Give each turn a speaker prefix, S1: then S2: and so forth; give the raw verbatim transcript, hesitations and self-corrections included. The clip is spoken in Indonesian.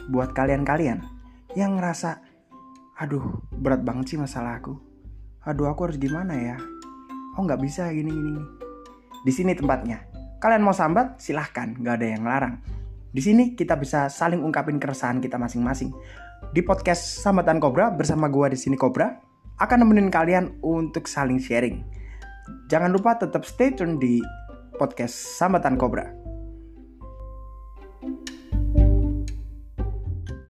S1: buat kalian-kalian yang ngerasa, aduh berat banget sih masalah aku. Aduh aku harus gimana ya? Oh nggak bisa gini-gini. Di sini tempatnya. Kalian mau sambat silahkan, nggak ada yang ngelarang. Di sini kita bisa saling ungkapin keresahan kita masing-masing. Di podcast Sambatan Kobra bersama gua di sini Kobra akan nemenin kalian untuk saling sharing. Jangan lupa tetap stay tune di podcast Sambatan Kobra.